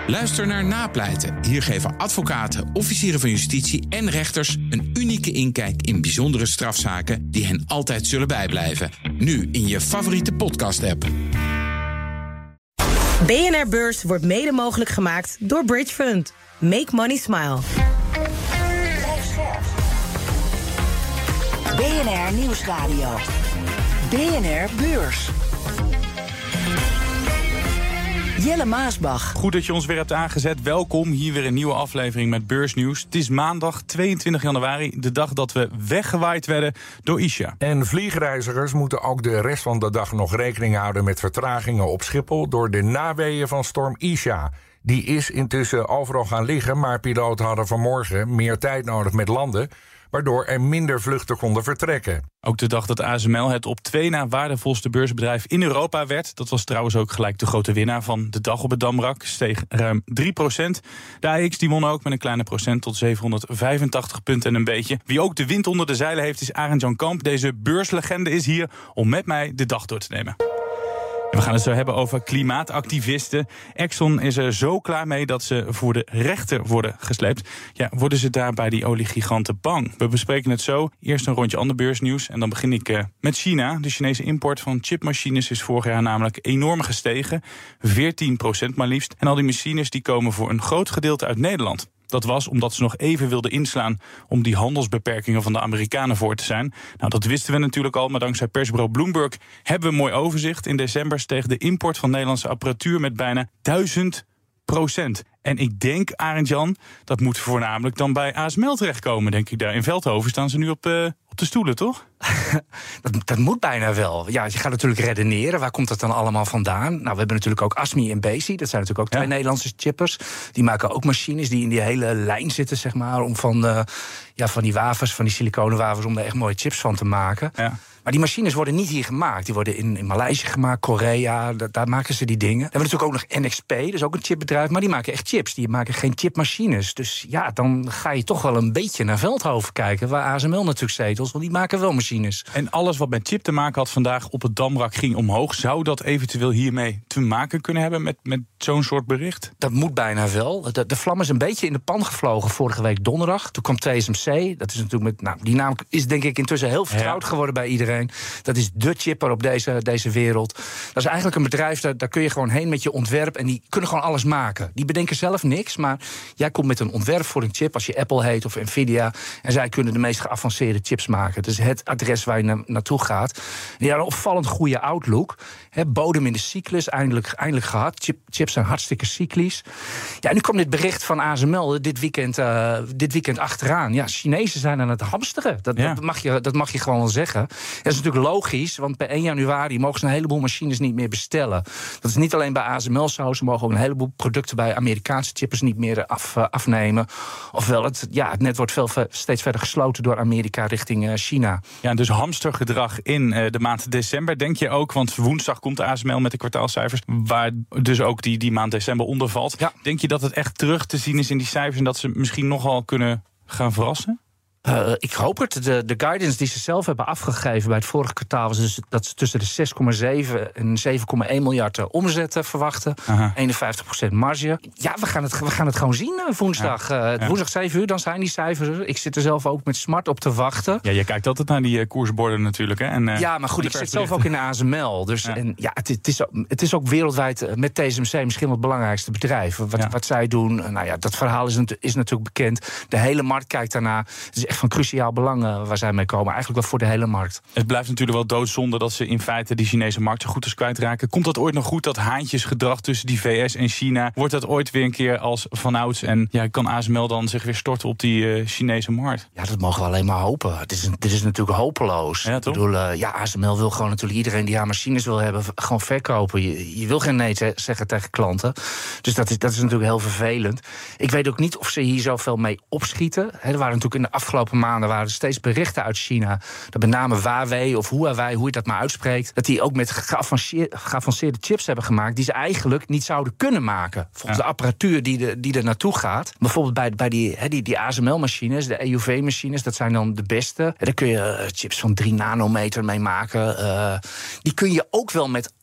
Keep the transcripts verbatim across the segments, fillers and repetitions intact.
Luister naar Napleiten. Hier geven advocaten, officieren van justitie en rechters een unieke inkijk in bijzondere strafzaken die hen altijd zullen bijblijven. Nu in je favoriete podcast-app. B N R Beurs wordt mede mogelijk gemaakt door Bridge Fund. Make money smile. B N R Nieuwsradio. B N R Beurs. Jelle Maasbach. Goed dat je ons weer hebt aangezet. Welkom, hier weer een nieuwe aflevering met Beursnieuws. Het is maandag tweeëntwintig januari, de dag dat we weggewaaid werden door Isha. En vliegreizigers moeten ook de rest van de dag nog rekening houden met vertragingen op Schiphol door de naweeën van storm Isha. Die is intussen overal gaan liggen, maar piloten hadden vanmorgen meer tijd nodig met landen, waardoor er minder vluchten konden vertrekken. Ook de dag dat A S M L het op twee na waardevolste beursbedrijf in Europa werd. Dat was trouwens ook gelijk de grote winnaar van de dag op het Damrak. Steeg ruim drie procent. De A X die won ook met een kleine procent tot zevenhonderdvijfentachtig punten en een beetje. Wie ook de wind onder de zeilen heeft is Arend Jan Kamp. Deze beurslegende is hier om met mij de dag door te nemen. We gaan het zo hebben over klimaatactivisten. Exxon is er zo klaar mee dat ze voor de rechter worden gesleept. Ja, worden ze daar bij die oliegiganten bang? We bespreken het zo. Eerst een rondje ander beursnieuws. En dan begin ik uh, met China. De Chinese import van chipmachines is vorig jaar namelijk enorm gestegen. veertien procent maar liefst. En al die machines die komen voor een groot gedeelte uit Nederland. Dat was omdat ze nog even wilden inslaan om die handelsbeperkingen van de Amerikanen voor te zijn. Nou, dat wisten we natuurlijk al, maar dankzij persbureau Bloomberg hebben we een mooi overzicht. In december steeg de import van Nederlandse apparatuur met bijna duizend procent. En ik denk, Arend Jan, dat moet voornamelijk dan bij A S M L terechtkomen, denk ik daar. In Veldhoven staan ze nu op, uh, op de stoelen, toch? dat, dat moet bijna wel. Ja, je gaat natuurlijk redeneren. Waar komt dat dan allemaal vandaan? Nou, we hebben natuurlijk ook Asmi en Besi. Dat zijn natuurlijk ook twee ja. Nederlandse chippers. Die maken ook machines die in die hele lijn zitten, zeg maar, om van, uh, ja, van die wafers, van die siliconenwafers, om daar echt mooie chips van te maken. Ja. Maar die machines worden niet hier gemaakt. Die worden in, in Maleisië gemaakt, Korea, da, daar maken ze die dingen. We hebben natuurlijk ook nog N X P, dat is ook een chipbedrijf, maar die maken echt chips. Die maken geen chipmachines. Dus ja, dan ga je toch wel een beetje naar Veldhoven kijken, waar A S M L natuurlijk zetels, want die maken wel machines. En alles wat met chip te maken had vandaag op het Damrak ging omhoog. Zou dat eventueel hiermee te maken kunnen hebben met, met zo'n soort bericht? Dat moet bijna wel. De, de vlam is een beetje in de pan gevlogen vorige week donderdag. Toen kwam T S M C. Dat is natuurlijk met, nou, die naam is denk ik intussen heel vertrouwd ja. geworden bij iedereen. Dat is de chipper op deze, deze wereld. Dat is eigenlijk een bedrijf, daar, daar kun je gewoon heen met je ontwerp en die kunnen gewoon alles maken. Die bedenken zelf niks, maar jij komt met een ontwerp voor een chip, als je Apple heet of Nvidia, en zij kunnen de meest geavanceerde chips maken. Dus het adres waar je na, naartoe gaat. Die hadden een opvallend goede outlook. He, bodem in de cyclus, eindelijk, eindelijk gehad. Chip, chips zijn hartstikke cyclisch. Ja, en nu kwam dit bericht van A S M L dit weekend, uh, dit weekend achteraan. Ja, Chinezen zijn aan het hamsteren. Dat, ja. dat, mag je, dat mag je gewoon wel zeggen. Dat is natuurlijk logisch, want per één januari mogen ze een heleboel machines niet meer bestellen. Dat is niet alleen bij A S M L zo. Ze mogen ook een heleboel producten bij Amerikaanse chippers niet meer af, uh, afnemen. Ofwel, het, ja, het net wordt veel, steeds verder gesloten door Amerika richting uh, China. Ja, dus hamstergedrag in uh, de maand december, denk je ook, want woensdag komt de A S M L met de kwartaalcijfers, waar dus ook die, die maand december onder valt. Ja. Denk je dat het echt terug te zien is in die cijfers en dat ze misschien nogal kunnen gaan verrassen? Uh, ik hoop het. De, de guidance die ze zelf hebben afgegeven bij het vorige kwartaal was dus dat ze tussen de zes komma zeven en zeven komma één miljard uh, omzet uh, verwachten. Aha. eenenvijftig procent marge. Ja, we gaan het, we gaan het gewoon zien uh, woensdag. Ja. Uh, ja. Woensdag zeven uur, dan zijn die cijfers er. Ik zit er zelf ook met smart op te wachten. Ja, je kijkt altijd naar die uh, koersborden natuurlijk. Hè? En, uh, ja, maar goed, ik zit zelf ook in de A S M L. Dus ja. En, ja, het, het, is, het is ook wereldwijd uh, met T S M C misschien wel het belangrijkste bedrijf. Wat, ja. wat zij doen, uh, nou ja, dat verhaal is, is natuurlijk bekend. De hele markt kijkt daarna. Het is echt van cruciaal belang waar zij mee komen. Eigenlijk wel voor de hele markt. Het blijft natuurlijk wel doodzonde dat ze in feite die Chinese markt zo goed als kwijtraken. Komt dat ooit nog goed, dat haantjesgedrag tussen die V S en China? Wordt dat ooit weer een keer als vanouds? En ja, kan A S M L dan zich weer storten op die uh, Chinese markt? Ja, dat mogen we alleen maar hopen. Het is, het is natuurlijk hopeloos. Ja, toch? Ik bedoel, uh, ja, A S M L wil gewoon natuurlijk iedereen die haar machines wil hebben, gewoon verkopen. Je, je wil geen nee te zeggen tegen klanten. Dus dat is, dat is natuurlijk heel vervelend. Ik weet ook niet of ze hier zoveel mee opschieten. He, er waren natuurlijk in de afgelopen maanden waren er steeds berichten uit China, dat met name Huawei of Huawei, hoe je dat maar uitspreekt, dat die ook met geavanceerde, geavanceerde chips hebben gemaakt die ze eigenlijk niet zouden kunnen maken. Volgens ja. de apparatuur die, de, die er naartoe gaat. Bijvoorbeeld bij, bij die, he, die, die A S M L-machines, de E U V-machines, dat zijn dan de beste. En daar kun je chips van drie nanometer mee maken. Uh, die kun je ook wel met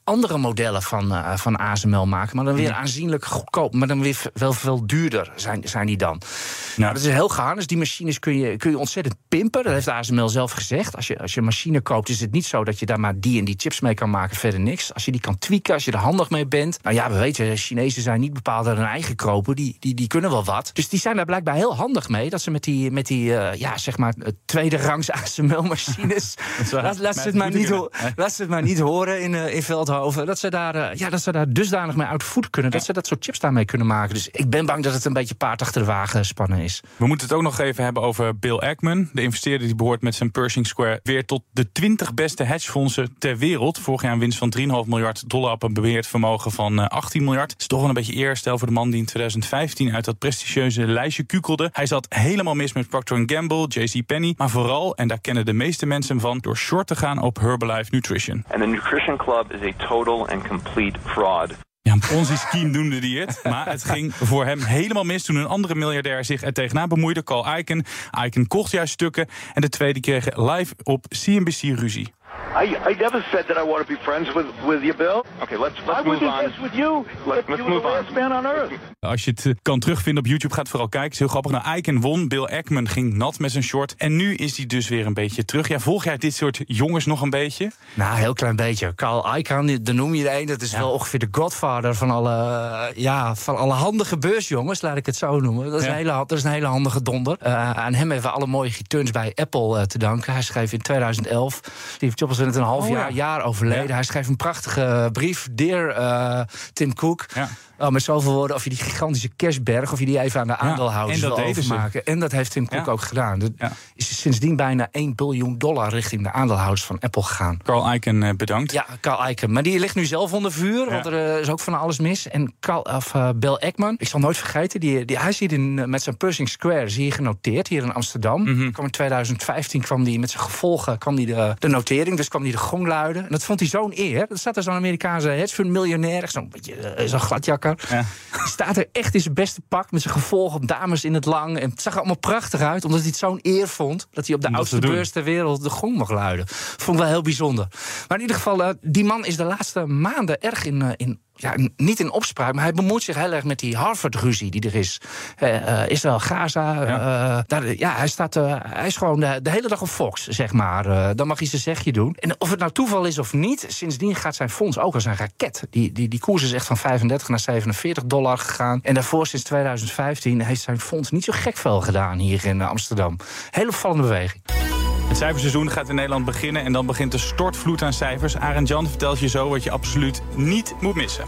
andere modellen van, uh, van A S M L maken, maar dan weer aanzienlijk goedkoop, maar dan weer wel veel duurder zijn, zijn die dan. Ja. Nou, dat is heel gaar. Dus die machines kun je, kun je ontzettend pimpen. Dat heeft A S M L zelf gezegd. Als je, als je een machine koopt, is het niet zo dat je daar maar die en die chips mee kan maken, verder niks. Als je die kan tweaken, als je er handig mee bent. Nou ja, we weten, Chinezen zijn niet bepaald aan hun eigen kropen. Die, die, die kunnen wel wat. Dus die zijn daar blijkbaar heel handig mee. Dat ze met die, met die uh, ja, zeg maar, tweede rangs A S M L-machines. laat, laat, ze het maar niet ho- laat ze het maar niet horen in, uh, in Veldhoven. Dat ze, daar, uh, ja, dat ze daar dusdanig mee uit de voet kunnen. Dat ja. ze dat soort chips daarmee kunnen maken. Dus ik ben bang dat het een beetje paard achter de wagen spannen is. We moeten het ook nog even hebben over Bill Ackman. De investeerder die behoort met zijn Pershing Square weer tot de twintig beste hedgefondsen ter wereld. Vorig jaar een winst van drie komma vijf miljard dollar op een beweerd vermogen van uh, achttien miljard. Dat is toch wel een beetje eerstel voor de man die in twintig vijftien uit dat prestigieuze lijstje kukelde. Hij zat helemaal mis met Procter and Gamble, J C Penney, maar vooral, en daar kennen de meeste mensen hem van, door short te gaan op Herbalife Nutrition. And the Nutrition Club is a total and complete fraud. Ja, een Ponzi-scheme noemde hij het. Maar het ging voor hem helemaal mis toen een andere miljardair zich er tegenaan bemoeide. Carl Icahn. Icahn kocht juist stukken. En de twee die kregen live op C N B C ruzie. I, I never said that I want to be friends with, with you, Bill. Okay, let's, let's I move would on. do this with you. Let's, let's you were the last man on earth. Als je het kan terugvinden op YouTube, gaat het vooral kijken. Het is heel grappig. Nou, Icahn won. Bill Ackman ging nat met zijn short. En nu is hij dus weer een beetje terug. Ja, volg jij dit soort jongens nog een beetje? Nou, een heel klein beetje. Carl Icahn, daar noem je er een. Dat is ja. wel ongeveer de godfather van alle, ja, van alle handige beursjongens, laat ik het zo noemen. Dat is, ja. een, hele, dat is een hele handige donder. Uh, aan hem hebben we alle mooie returns bij Apple uh, te danken. Hij schreef in twintig elf. Steve Jobs was net een half oh, jaar, ja. jaar overleden. Ja. Hij schreef een prachtige brief. Dear uh, Tim Cook. Ja. Oh, met zoveel woorden, of je die gigantische cashberg, of je die even aan de aandeelhouders ja, wil overmaken. En dat heeft Tim Cook ja. ook gedaan. Dat ja. is sindsdien bijna één biljoen dollar richting de aandeelhouders van Apple gegaan. Carl Icahn, bedankt. Ja, Carl Icahn. Maar die ligt nu zelf onder vuur, ja. want er uh, is ook van alles mis. En Carl, of, uh, Bill Ackman, ik zal nooit vergeten, die, die, hij is hier in, met zijn Pershing Square is hier genoteerd, hier in Amsterdam. Mm-hmm. Kwam in twintig vijftien kwam die met zijn gevolgen kwam die de, de notering, dus kwam die de gong luiden. En dat vond hij zo'n eer. Er staat er zo'n Amerikaanse hedgefund miljonair, zo'n beetje uh, zo'n gladjakker. Ja. Die staat er echt in zijn beste pak met zijn gevolgen op dames in het lang. En het zag er allemaal prachtig uit, omdat hij het zo'n eer vond dat hij op de Omdat oudste beurs ter wereld de gong mag luiden. Vond ik wel heel bijzonder. Maar in ieder geval, uh, die man is de laatste maanden erg in, uh, in ja, niet in opspraak, maar hij bemoeit zich heel erg met die Harvard-ruzie die er is. Uh, uh, Israël, Gaza. Uh, ja. Daar, ja, hij, staat, uh, hij is gewoon de, de hele dag op Fox, zeg maar. Uh, dan mag hij zijn zegje doen. En of het nou toeval is of niet, sindsdien gaat zijn fonds ook als een raket. Die, die, die koers is echt van vijfendertig naar zevenenveertig dollar gegaan. En daarvoor, sinds twintig vijftien, heeft zijn fonds niet zo gek veel gedaan hier in Amsterdam. Hele opvallende beweging. Het cijferseizoen gaat in Nederland beginnen en dan begint de stortvloed aan cijfers. Arend Jan vertelt je zo wat je absoluut niet moet missen.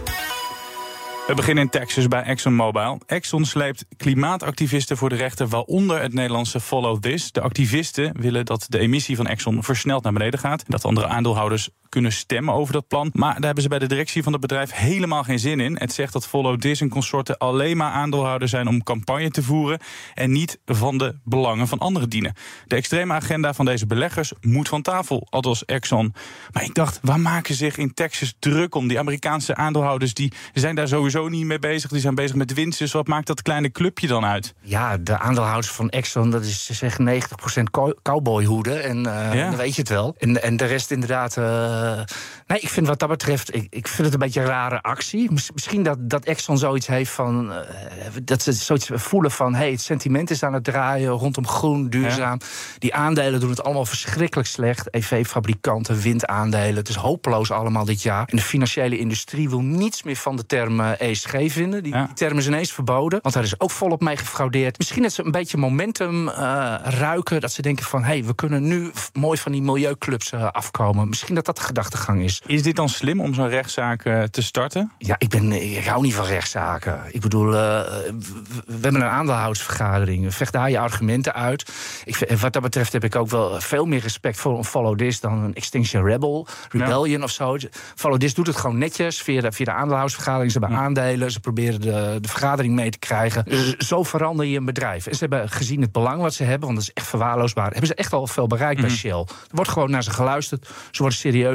We beginnen in Texas bij ExxonMobil. Exxon sleept klimaatactivisten voor de rechter, waaronder het Nederlandse Follow This. De activisten willen dat de emissie van Exxon versneld naar beneden gaat. Dat andere aandeelhouders kunnen stemmen over dat plan. Maar daar hebben ze bij de directie van het bedrijf helemaal geen zin in. Het zegt dat Follow This en consorten alleen maar aandeelhouder zijn om campagne te voeren en niet van de belangen van anderen dienen. De extreme agenda van deze beleggers moet van tafel, aldus Exxon. Maar ik dacht, waar maken ze zich in Texas druk om? Die Amerikaanse aandeelhouders die zijn daar sowieso niet mee bezig. Die zijn bezig met winst. Dus wat maakt dat kleine clubje dan uit? Ja, de aandeelhouders van Exxon, dat is zeg negentig procent cowboyhoede. En uh, ja. dan weet je het wel. En, en de rest inderdaad. Uh, nee, ik vind wat dat betreft, ik, ik vind het een beetje een rare actie. Misschien dat, dat Exxon zoiets heeft van, uh, dat ze zoiets voelen van, hey, het sentiment is aan het draaien rondom groen, duurzaam. Ja. Die aandelen doen het allemaal verschrikkelijk slecht. E V-fabrikanten, windaandelen. Het is hopeloos allemaal dit jaar. En de financiële industrie wil niets meer van de term uh, E S G vinden. Die, ja. die term is ineens verboden, want daar is ook volop mee gefraudeerd. Misschien dat ze een beetje momentum uh, ruiken, dat ze denken van, hé, hey, we kunnen nu mooi van die milieuclubs uh, afkomen. Misschien dat dat de gedachtegang is. Is dit dan slim om zo'n rechtszaak uh, te starten? Ja, ik, ben, ik hou niet van rechtszaken. Ik bedoel, uh, we hebben een aandeelhoudersvergadering. Vecht daar je argumenten uit. Ik, wat dat betreft heb ik ook wel veel meer respect voor een Follow This dan een Extinction Rebel, Rebellion ja. of zo. Follow This doet het gewoon netjes via de, via de aandeelhoudersvergadering. Ze hebben ja. aandelen, ze proberen de, de vergadering mee te krijgen. Dus zo verander je een bedrijf. En ze hebben gezien het belang wat ze hebben, want dat is echt verwaarloosbaar. Hebben ze echt al veel bereikt mm-hmm. bij Shell. Er wordt gewoon naar ze geluisterd. Ze worden serieus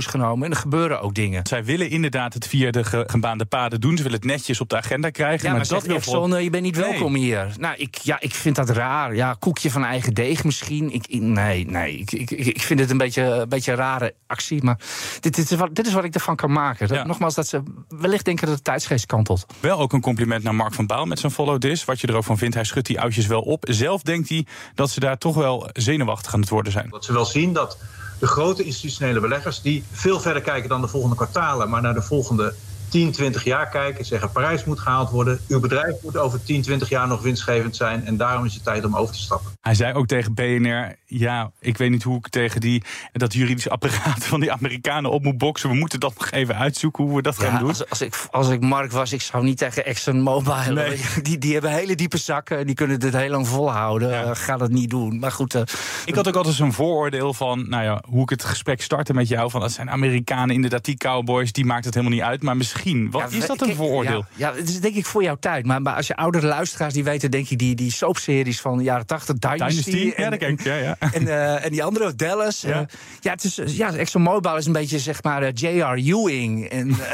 serieus genomen en er gebeuren ook dingen. Zij willen inderdaad het via de ge- gebaande paden doen. Ze willen het netjes op de agenda krijgen. Ja, maar, maar dat wil Exxon, vol... je bent niet welkom nee. hier. Nou, ik, ja, ik vind dat raar. Ja, koekje van eigen deeg misschien. Ik, ik, nee, nee. Ik, ik, ik vind het een beetje, een beetje een rare actie. Maar dit, dit, is wat, dit is wat ik ervan kan maken. Dat, ja. Nogmaals, dat ze wellicht denken dat de tijdsgeest kantelt. Wel ook een compliment naar Mark van Baal met zijn Follow This. Wat je er ook van vindt, hij schudt die oudjes wel op. Zelf denkt hij dat ze daar toch wel zenuwachtig aan het worden zijn. Dat ze wel zien dat de grote institutionele beleggers die veel verder kijken dan de volgende kwartalen, maar naar de volgende tien, twintig jaar kijken, zeggen Parijs moet gehaald worden, uw bedrijf moet over tien, twintig jaar nog winstgevend zijn en daarom is het tijd om over te stappen. Hij zei ook tegen B N R, ja, ik weet niet hoe ik tegen die, dat juridische apparaat van die Amerikanen op moet boksen. We moeten dat nog even uitzoeken hoe we dat ja, gaan doen. Als, als, ik, als ik Mark was, ik zou niet tegen ExxonMobil. Nee. Die, die hebben hele diepe zakken en die kunnen dit heel lang volhouden. Ja. Uh, ga dat niet doen. Maar goed. Uh, ik had ook altijd zo'n vooroordeel van, nou ja, hoe ik het gesprek startte met jou. Van dat zijn Amerikanen, inderdaad, die cowboys, die maakt het helemaal niet uit. Maar misschien. Wat ja, is dat een vooroordeel? Ja, ja, het is denk ik voor jouw tijd. Maar, maar als je oudere luisteraars die weten, denk ik, die, die soapseries van de jaren tachtig, Dynasty. Dynasty en, ja, dat ken ik. Ja, ja. En, uh, en die andere, Dallas. Ja, uh, ja, het is, ja ExxonMobil is een beetje, zeg maar, uh, J R. Ewing. En, uh,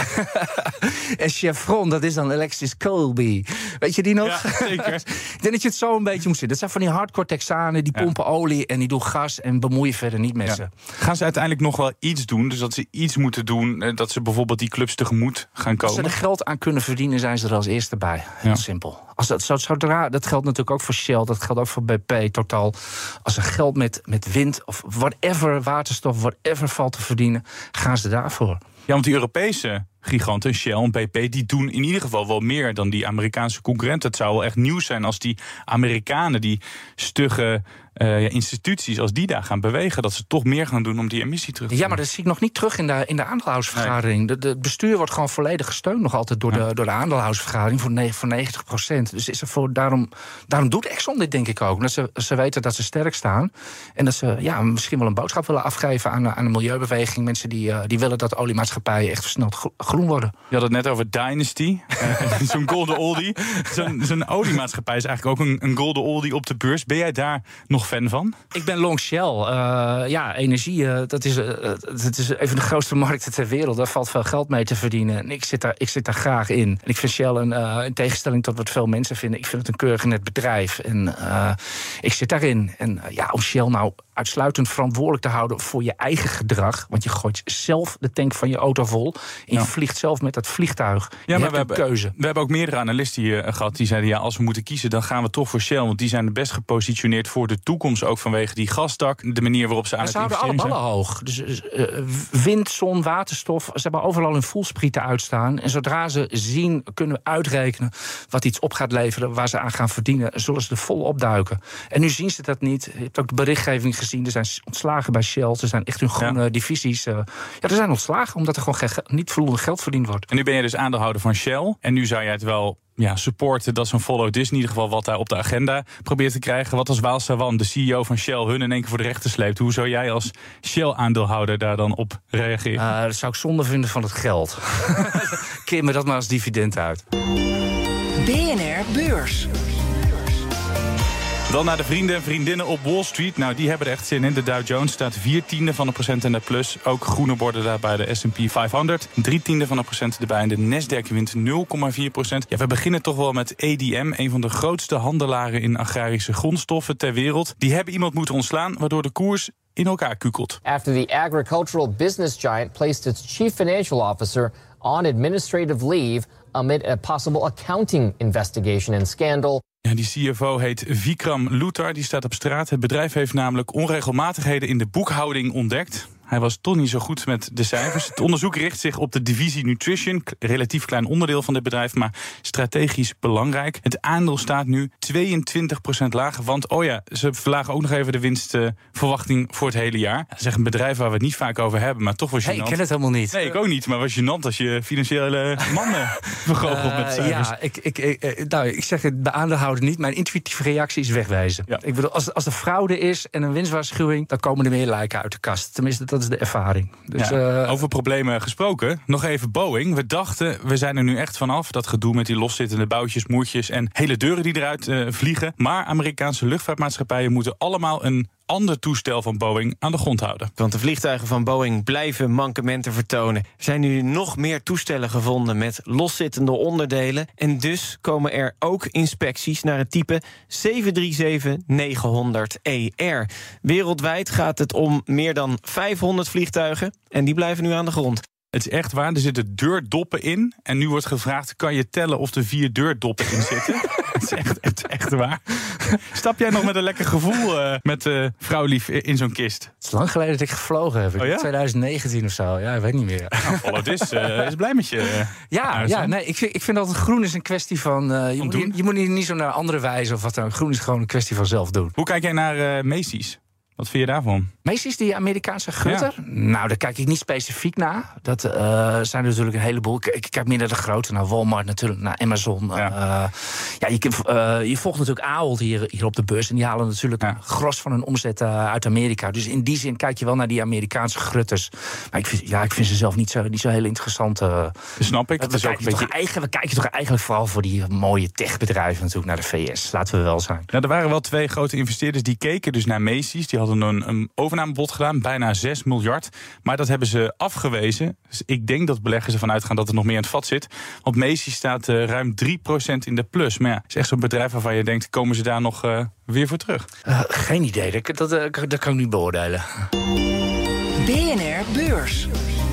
en Chevron, dat is dan Alexis Colby. Weet je die nog? Ja, zeker. Ik denk dat je het zo een beetje moet zien. Dat zijn van die hardcore Texanen, die pompen ja. olie en die doen gas en bemoeien verder niet met ja. ze. Gaan ze uiteindelijk nog wel iets doen? Dus dat ze iets moeten doen, dat ze bijvoorbeeld die clubs tegemoet gaan komen? Als ze er geld aan kunnen verdienen, zijn ze er als eerste bij. Heel ja. simpel. Als dat, zodra, dat geldt natuurlijk ook voor Shell, dat geldt ook voor B P, Total. Als er geld met, met wind of whatever, waterstof, whatever valt te verdienen, gaan ze daarvoor. Ja, want die Europese giganten, Shell en B P, die doen in ieder geval wel meer dan die Amerikaanse concurrenten. Het zou wel echt nieuws zijn als die Amerikanen, die stugge uh, ja, instituties, als die daar gaan bewegen, dat ze toch meer gaan doen om die emissie terug te Ja, maar dat zie ik nog niet terug in de, in de aandeelhoudersvergadering. Nee. De, de, het bestuur wordt gewoon volledig gesteund nog altijd door, ja. de, door de aandeelhoudersvergadering voor, ne- voor negentig procent. Dus is er voor, daarom, daarom doet Exxon dit, denk ik ook. Omdat ze, ze weten dat ze sterk staan en dat ze ja, misschien wel een boodschap willen afgeven aan, aan de milieubeweging. Mensen die, uh, die willen dat oliemaatschappijen echt versneld groen worden. Je had het net over Dynasty, uh, zo'n golden oldie. Zo'n, zo'n oliemaatschappij is eigenlijk ook een, een golden oldie op de beurs. Ben jij daar nog fan van? Ik ben long Shell. Uh, ja, energie, uh, dat, is, uh, dat is even de grootste markt ter wereld. Daar valt veel geld mee te verdienen. En ik zit daar, ik zit daar graag in. En ik vind Shell, een, uh, in tegenstelling tot wat veel mensen vinden, ik vind het een keurig net bedrijf. En uh, ik zit daarin. En uh, ja, om Shell nou uitsluitend verantwoordelijk te houden voor je eigen gedrag, want je gooit zelf de tank van je auto vol en je ja. vliegt zelf met dat vliegtuig. Ja, je maar hebt we een hebben, keuze. We hebben ook meerdere analisten hier uh, gehad die zeiden, ja, als we moeten kiezen, dan gaan we toch voor Shell, want die zijn het best gepositioneerd voor de toekomst, ook vanwege die gastak, de manier waarop ze aan maar het investeren zijn. Ze houden alle ballen hoog. Dus uh, wind, zon, waterstof, ze hebben overal hun voelsprieten uitstaan. En zodra ze zien, kunnen we uitrekenen wat iets op gaat leveren, waar ze aan gaan verdienen, zullen ze er vol opduiken. En nu zien ze dat niet. Je hebt ook de berichtgeving gezien, er zijn ontslagen bij Shell, ze zijn echt hun groene ja. divisies. Uh, ja, er zijn ontslagen, omdat er gewoon geen, niet voldoende geld verdiend wordt. En nu ben je dus aandeelhouder van Shell. En nu zou jij het wel ja, supporten dat zo'n Follow This in ieder geval wat daar op de agenda probeert te krijgen. Wat als Waal Sawan, de C E O van Shell, hun in één keer voor de rechter sleept. Hoe zou jij als Shell-aandeelhouder daar dan op reageren? Uh, dat zou ik zonde vinden van het geld. Keer me dat maar als dividend uit. B N R Beurs. Dan naar de vrienden en vriendinnen op Wall Street. Nou, die hebben er echt zin in. De Dow Jones staat vier tiende van een procent in de plus. Ook groene borden daar bij de S en P vijfhonderd. Drie tiende van een procent erbij. En de Nasdaq wint nul komma vier procent. Ja, we beginnen toch wel met A D M, een van de grootste handelaren in agrarische grondstoffen ter wereld. Die hebben iemand moeten ontslaan, waardoor de koers in elkaar kukelt. After the agricultural business giant placed its chief financial officer on administrative leave amid a possible accounting investigation and scandal. Ja, die C F O heet Vikram Luthar, die staat op straat. Het bedrijf heeft namelijk onregelmatigheden in de boekhouding ontdekt. Hij was toch niet zo goed met de cijfers. Het onderzoek richt zich op de divisie Nutrition. Relatief klein onderdeel van dit bedrijf, maar strategisch belangrijk. Het aandeel staat nu tweeëntwintig procent lager. Want, oh ja, ze verlagen ook nog even de winstverwachting voor het hele jaar. Dat is echt een bedrijf waar we het niet vaak over hebben, maar toch was gênant. Hey, ik ken het helemaal niet. Nee, ik ook niet. Maar was gênant als je financiële mannen vergoochelt uh, met cijfers. Ja, ik, ik, ik, nou, ik zeg het de aandeelhouder niet. Mijn intuïtieve reactie is wegwijzen. Ja. Ik bedoel, als, als er fraude is en een winstwaarschuwing, dan komen er meer lijken uit de kast. Tenminste, dat is de ervaring. Dus, ja, uh, over problemen gesproken. Nog even Boeing. We dachten, we zijn er nu echt vanaf. Dat gedoe met die loszittende boutjes, moertjes en hele deuren die eruit uh, vliegen. Maar Amerikaanse luchtvaartmaatschappijen moeten allemaal een ander toestel van Boeing aan de grond houden. Want de vliegtuigen van Boeing blijven mankementen vertonen. Er zijn nu nog meer toestellen gevonden met loszittende onderdelen. En dus komen er ook inspecties naar het type zeven drie zeven negenhonderd E R. Wereldwijd gaat het om meer dan vijfhonderd vliegtuigen en die blijven nu aan de grond. Het is echt waar, er zitten deurdoppen in. En nu wordt gevraagd, kan je tellen of er vier deurdoppen in zitten? Het is echt, het is echt waar. Stap jij nog met een lekker gevoel uh, met uh, vrouwlief in zo'n kist? Het is lang geleden dat ik gevlogen heb. Oh, ja? twintig negentien of zo. Ja, ik weet niet meer. Nou, Follow This uh, is blij met je. Uh, ja, ja nee, ik, vind, ik vind altijd groen is een kwestie van... Uh, je, moet niet, je moet niet, niet zo naar andere wijzen of wat dan ook. Groen is gewoon een kwestie van zelf doen. Hoe kijk jij naar uh, Macy's? Wat vind je daarvan? Macy's, die Amerikaanse gutter? Ja. Nou, daar kijk ik niet specifiek naar. Dat uh, zijn er natuurlijk een heleboel. Ik, ik kijk meer naar de grote, naar Walmart natuurlijk, naar Amazon. Ja, uh, ja je, uh, je volgt natuurlijk Ahold hier, hier op de beurs. En die halen natuurlijk ja. gros van hun omzet uh, uit Amerika. Dus in die zin kijk je wel naar die Amerikaanse grutters. Maar ik vind, ja, ik vind ze zelf niet zo, niet zo heel interessant. Uh, Snap ik. We, we, kijken beetje... eigen, we kijken toch eigenlijk vooral voor die mooie techbedrijven natuurlijk naar de V S. Laten we wel zijn. Ja, er waren wel twee grote investeerders die keken dus naar Macy's. Die hadden een, een overnamebod gedaan, bijna zes miljard. Maar dat hebben ze afgewezen. Dus ik denk dat beleggers ervan uitgaan dat er nog meer in het vat zit. Want Macy's staat uh, ruim drie procent in de plus. Maar ja, het is echt zo'n bedrijf waarvan je denkt, komen ze daar nog uh, weer voor terug? Uh, geen idee, dat, dat, dat kan ik niet beoordelen. B N R Beurs.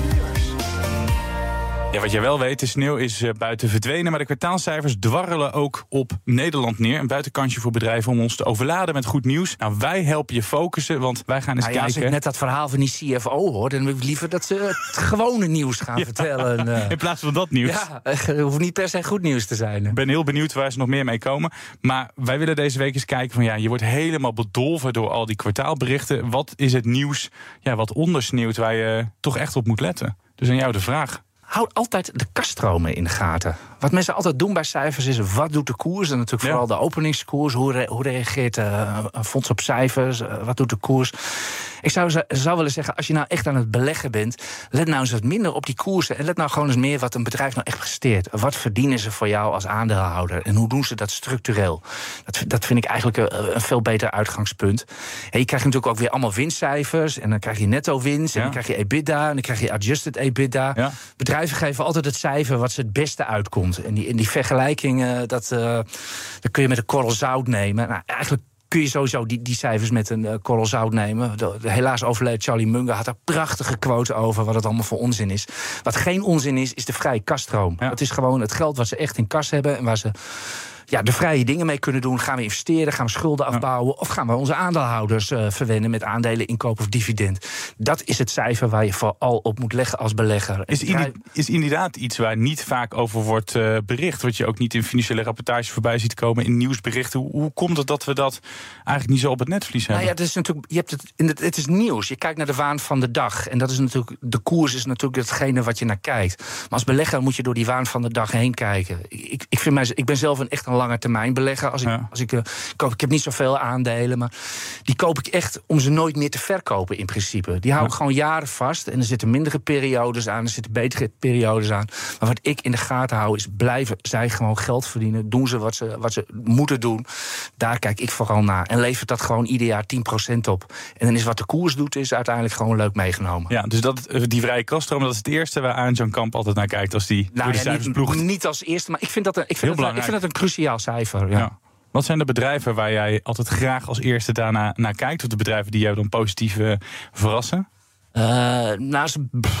Ja, wat je wel weet, de sneeuw is uh, buiten verdwenen, maar de kwartaalcijfers dwarrelen ook op Nederland neer. Een buitenkansje voor bedrijven om ons te overladen met goed nieuws. Nou, wij helpen je focussen, want wij gaan eens nou ja, kijken. Als ik net dat verhaal van die C F O hoor, dan wil ik liever dat ze het gewone nieuws gaan ja, vertellen. Uh, in plaats van dat nieuws. Ja, het hoeft niet per se goed nieuws te zijn. Ik ben heel benieuwd waar ze nog meer mee komen. Maar wij willen deze week eens kijken van ja, je wordt helemaal bedolven door al die kwartaalberichten. Wat is het nieuws ja, wat ondersneeuwt waar je toch echt op moet letten? Dus aan jou de vraag. Houd altijd de kaststromen in de gaten. Wat mensen altijd doen bij cijfers is, wat doet de koers? En natuurlijk ja. vooral de openingskoers. Hoe, re- hoe reageert uh, een fonds op cijfers? Uh, wat doet de koers? Ik zou, zou willen zeggen, als je nou echt aan het beleggen bent, let nou eens wat minder op die koersen. En let nou gewoon eens meer wat een bedrijf nou echt presteert. Wat verdienen ze voor jou als aandeelhouder? En hoe doen ze dat structureel? Dat, dat vind ik eigenlijk een, een veel beter uitgangspunt. En je krijgt natuurlijk ook weer allemaal winstcijfers. En dan krijg je netto winst. Ja. En dan krijg je EBITDA. En dan krijg je adjusted EBITDA. Ja. Bedrijven geven altijd het cijfer wat ze het beste uitkomt. En die, in die vergelijking, uh, dat, uh, dat kun je met een korrel zout nemen. Nou, eigenlijk kun je sowieso die, die cijfers met een uh, korrel zout nemen. De, de helaas overleden Charlie Munger had daar prachtige quote over wat het allemaal voor onzin is. Wat geen onzin is, is de vrije kaststroom. Ja. Het is gewoon het geld wat ze echt in kas hebben en waar ze ja, de vrije dingen mee kunnen doen. Gaan we investeren, gaan we schulden afbouwen, ja. of gaan we onze aandeelhouders uh, verwennen met aandelen, inkoop of dividend. Dat is het cijfer waar je vooral op moet leggen als belegger. Is, indi- is inderdaad iets waar niet vaak over wordt uh, bericht, wat je ook niet in financiële rapportages voorbij ziet komen, in nieuwsberichten. Hoe, hoe komt het dat we dat eigenlijk niet zo op het netvlies hebben? Nou ja, het is natuurlijk, je hebt het, in het, het is nieuws. Je kijkt naar de waan van de dag. En dat is natuurlijk, de koers is natuurlijk hetgene wat je naar kijkt. Maar als belegger moet je door die waan van de dag heen kijken. Ik, ik, vind mij, ik ben zelf een echt een lange termijn beleggen. Als ik, ja. als ik, uh, koop, ik heb niet zoveel aandelen, maar die koop ik echt om ze nooit meer te verkopen in principe. Die hou ik ja. gewoon jaren vast. En er zitten mindere periodes aan, er zitten betere periodes aan. Maar wat ik in de gaten hou is, blijven zij gewoon geld verdienen. Doen ze wat ze, wat ze moeten doen. Daar kijk ik vooral naar. En levert dat gewoon ieder jaar tien procent op. En dan is wat de koers doet, is uiteindelijk gewoon leuk meegenomen. Ja, dus dat, die vrije kaststroom, dat is het eerste waar Arend-Jan Kamp altijd naar kijkt als die nou, door de ja, cijfers niet, ploegt. Niet als eerste, maar ik vind dat een, ik vind dat, ik vind dat een cruciaal cijfer. Ja. Ja. Wat zijn de bedrijven waar jij altijd graag als eerste daarna naar kijkt? Of de bedrijven die jou dan positief uh, verrassen? Uh, nou,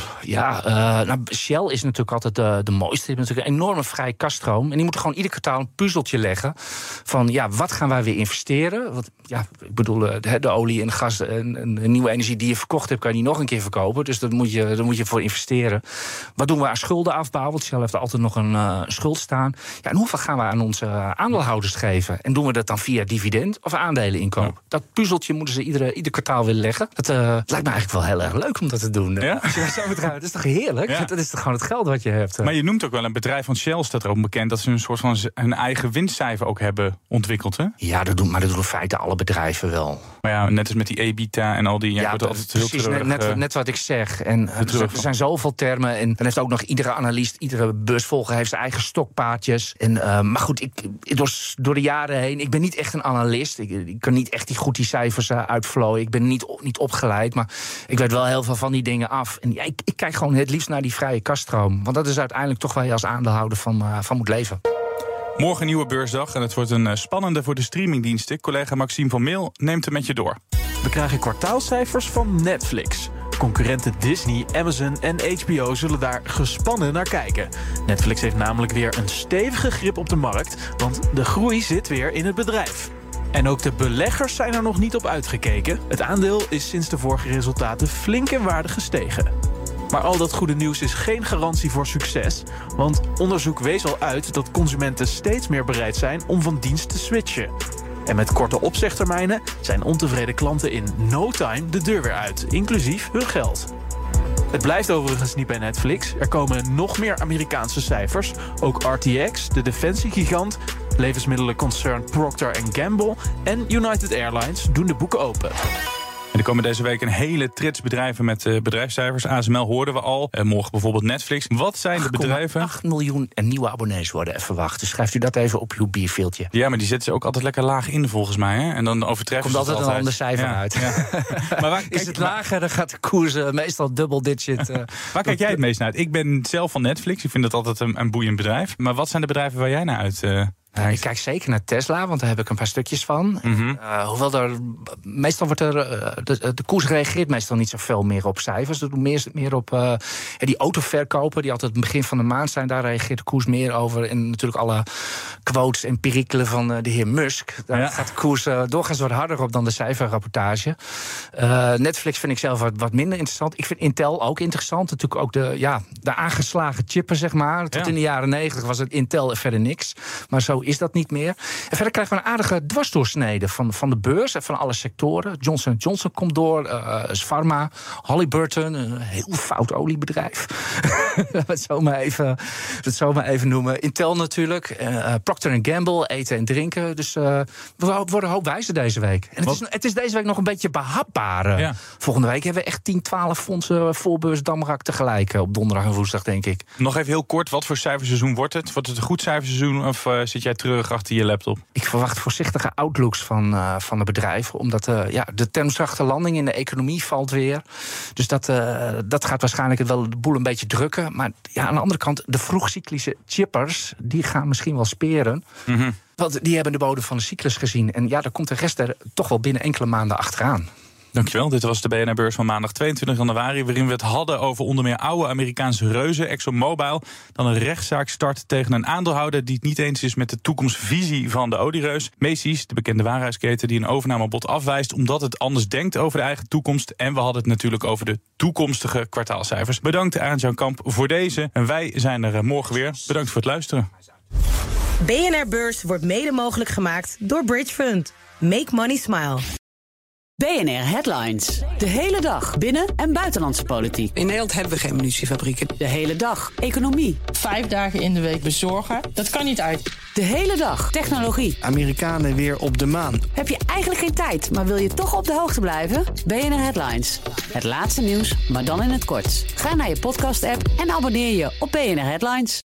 ja, uh, nou, Shell is natuurlijk altijd de, de mooiste. Die heeft natuurlijk een enorme vrije kaststroom. En die moeten gewoon ieder kwartaal een puzzeltje leggen. Van ja, wat gaan wij weer investeren? Want, ja, ik bedoel, de, de olie en de gas en, en de nieuwe energie die je verkocht hebt, kan je niet nog een keer verkopen. Dus daar moet je, daar moet je voor investeren. Wat doen we aan schulden afbouwen? Want Shell heeft er altijd nog een uh, schuld staan. Ja, en hoeveel gaan we aan onze uh, aandeelhouders geven? En doen we dat dan via dividend of aandelen inkoop? Ja. Dat puzzeltje moeten ze iedere, ieder kwartaal willen leggen. Dat uh, lijkt me eigenlijk wel heel erg leuk. leuk om dat te doen. Ja? Als je zo'n bedrijf, dat is toch heerlijk? Ja. Dat is toch gewoon het geld wat je hebt. Maar je noemt ook wel een bedrijf van Shell, staat er ook bekend... dat ze een soort van hun eigen winstcijfer ook hebben ontwikkeld, hè? Ja, dat doen, maar dat doen in feite alle bedrijven wel. Maar ja, net als met die EBITDA en al die... Ja, ja wordt altijd heel precies, treurig, net, uh, net wat ik zeg. En uh, er zijn zoveel termen. En dan heeft ook nog iedere analist, iedere beursvolger... heeft zijn eigen stokpaardjes. En, uh, maar goed, ik, door, door de jaren heen... ik ben niet echt een analist. Ik, ik kan niet echt die goed die cijfers uh, uitvlooien. Ik ben niet, niet opgeleid, maar ik weet wel heel veel van die dingen af. En ja, ik, ik kijk gewoon het liefst naar die vrije kaststroom. Want dat is uiteindelijk toch waar je als aandeelhouder van, uh, van moet leven. Morgen een nieuwe beursdag en het wordt een uh, spannende voor de streamingdiensten. Collega Maxime van Meel neemt hem met je door. We krijgen kwartaalcijfers van Netflix. Concurrenten Disney, Amazon en H B O zullen daar gespannen naar kijken. Netflix heeft namelijk weer een stevige grip op de markt, want de groei zit weer in het bedrijf. En ook de beleggers zijn er nog niet op uitgekeken. Het aandeel is sinds de vorige resultaten flink in waarde gestegen. Maar al dat goede nieuws is geen garantie voor succes. Want onderzoek wees al uit dat consumenten steeds meer bereid zijn om van dienst te switchen. En met korte opzegtermijnen zijn ontevreden klanten in no time de deur weer uit, inclusief hun geld. Het blijft overigens niet bij Netflix. Er komen nog meer Amerikaanse cijfers. Ook R T X, de defensiegigant, levensmiddelenconcern Procter en Gamble en United Airlines doen de boeken open. En er komen deze week een hele trits bedrijven met uh, bedrijfscijfers. A S M L hoorden we al. Uh, morgen bijvoorbeeld Netflix. Wat zijn de bedrijven? acht miljoen nieuwe abonnees worden er verwacht. Dus schrijft u dat even op uw bierveeltje. Ja, maar die zetten ze ook altijd lekker laag in volgens mij. Hè? En dan overtreffen Komt ze het altijd altijd. een ander cijfer ja. uit. Ja. Maar waar, kijk, is het lager, dan gaat de koers uh, meestal dubbel digit. Uh, waar kijk jij het meest naar uit? Ik ben zelf van Netflix. Ik vind dat altijd een, een boeiend bedrijf. Maar wat zijn de bedrijven waar jij naar uit... Uh, Uh, ik kijk zeker naar Tesla, want daar heb ik een paar stukjes van. Mm-hmm. Uh, hoewel er meestal wordt er uh, de, de koers reageert meestal niet zoveel meer op cijfers. Dat doet meer, meer op uh, die autoverkopen die altijd het begin van de maand zijn. Daar reageert de koers meer over. En natuurlijk alle quotes en perikelen van uh, de heer Musk. Daar ja. gaat de koers uh, doorgaans wat harder op dan de cijferrapportage. Uh, Netflix vind ik zelf wat, wat minder interessant. Ik vind Intel ook interessant. Natuurlijk ook de, ja, de aangeslagen chippen, zeg maar. Tot ja. in de jaren negentig was het Intel verder niks. Maar zo is dat niet meer. En verder krijgen we een aardige dwarsdoorsnede van, van de beurs en van alle sectoren. Johnson en Johnson komt door, uh, Pharma, Halliburton, een heel fout oliebedrijf. het zo maar even, het zo maar even noemen. Intel natuurlijk, uh, Procter en Gamble, eten en drinken. Dus uh, we worden hoop wijzer deze week. En het is, het is deze week nog een beetje behapbaar. Ja. Volgende week hebben we echt tien, twaalf fondsen voorbeurs Damrak tegelijk op donderdag en woensdag, denk ik. Nog even heel kort, wat voor cijferseizoen wordt het? Wordt het een goed cijferseizoen of uh, zit jij terug achter je laptop? Ik verwacht voorzichtige outlooks van, uh, van de bedrijven. Omdat uh, ja, de termzachte landing in de economie valt weer. Dus dat, uh, dat gaat waarschijnlijk wel de boel een beetje drukken. Maar ja, aan de andere kant, de vroegcyclische chippers, die gaan misschien wel speren. Mm-hmm. Want die hebben de bodem van de cyclus gezien. En ja, daar komt de rest er toch wel binnen enkele maanden achteraan. Dankjewel, dit was de B N R-beurs van maandag tweeëntwintig januari... waarin we het hadden over onder meer oude Amerikaanse reuzen, ExxonMobil, dan een rechtszaak start tegen een aandeelhouder die het niet eens is met de toekomstvisie van de oliereus. Macy's, de bekende warenhuisketen die een overnamebod afwijst omdat het anders denkt over de eigen toekomst. En we hadden het natuurlijk over de toekomstige kwartaalcijfers. Bedankt aan Jan Kamp voor deze. En wij zijn er morgen weer. Bedankt voor het luisteren. B N R-beurs wordt mede mogelijk gemaakt door Bridge Fund. Make money smile. B N R Headlines. De hele dag binnen- en buitenlandse politiek. In Nederland hebben we geen munitiefabrieken. De hele dag economie. Vijf dagen in de week bezorgen, dat kan niet uit. De hele dag technologie. Amerikanen weer op de maan. Heb je eigenlijk geen tijd, maar wil je toch op de hoogte blijven? B N R Headlines. Het laatste nieuws, maar dan in het kort. Ga naar je podcast-app en abonneer je op B N R Headlines.